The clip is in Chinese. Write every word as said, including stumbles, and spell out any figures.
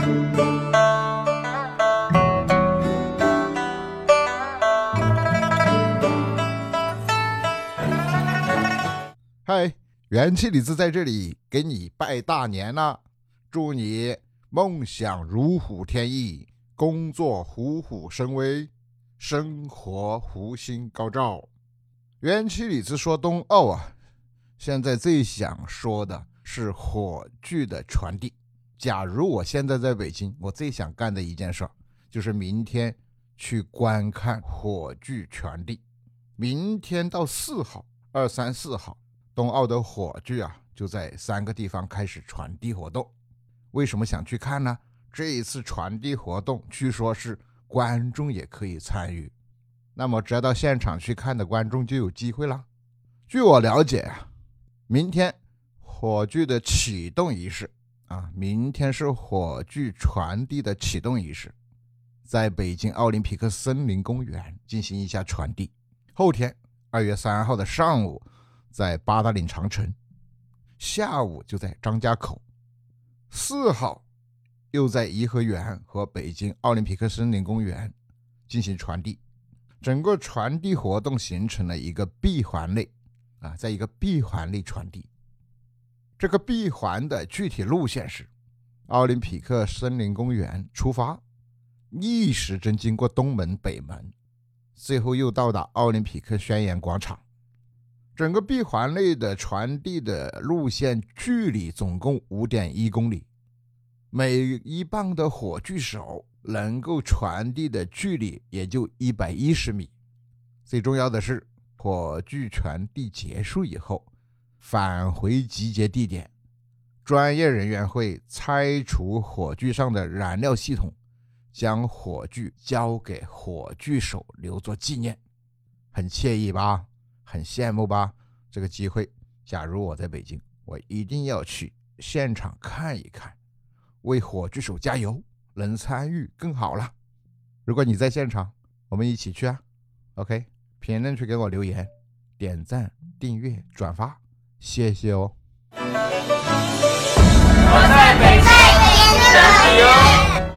嗨，元气李子在这里给你拜大年了，祝你梦想如虎添翼，工作虎虎生威，生活福星高照。元气李子说冬奥啊，现在最想说的是火炬的传递。假如我现在在北京，我最想干的一件事就是明天去观看火炬传递。明天到四号，二三四号，冬奥的火炬啊，就在三个地方开始传递活动。为什么想去看呢？这一次传递活动据说是观众也可以参与，那么只要到现场去看的观众就有机会了。据我了解啊，明天火炬的启动仪式啊，明天是火炬传递的启动仪式，在北京奥林匹克森林公园进行一下传递。后天二月三号的上午在八达岭长城，下午就在张家口，四号又在颐和园和北京奥林匹克森林公园进行传递。整个传递活动形成了一个闭环类啊，在一个闭环类传递。这个闭环的具体路线是奥林匹克森林公园出发，逆时针经过东门北门，最后又到达奥林匹克宣言广场。整个闭环类的传递的路线距离总共 五点一公里，每一棒的火炬手能够传递的距离也就一百一十米。最重要的是，火炬传递结束以后返回集结地点，专业人员会拆除火炬上的燃料系统，将火炬交给火炬手留作纪念。很惬意吧？很羡慕吧？这个机会假如我在北京，我一定要去现场看一看，为火炬手加油，能参与更好了。如果你在现场，我们一起去啊 OK， 评论区给我留言，点赞订阅转发，谢谢哦。 我在北京，加油！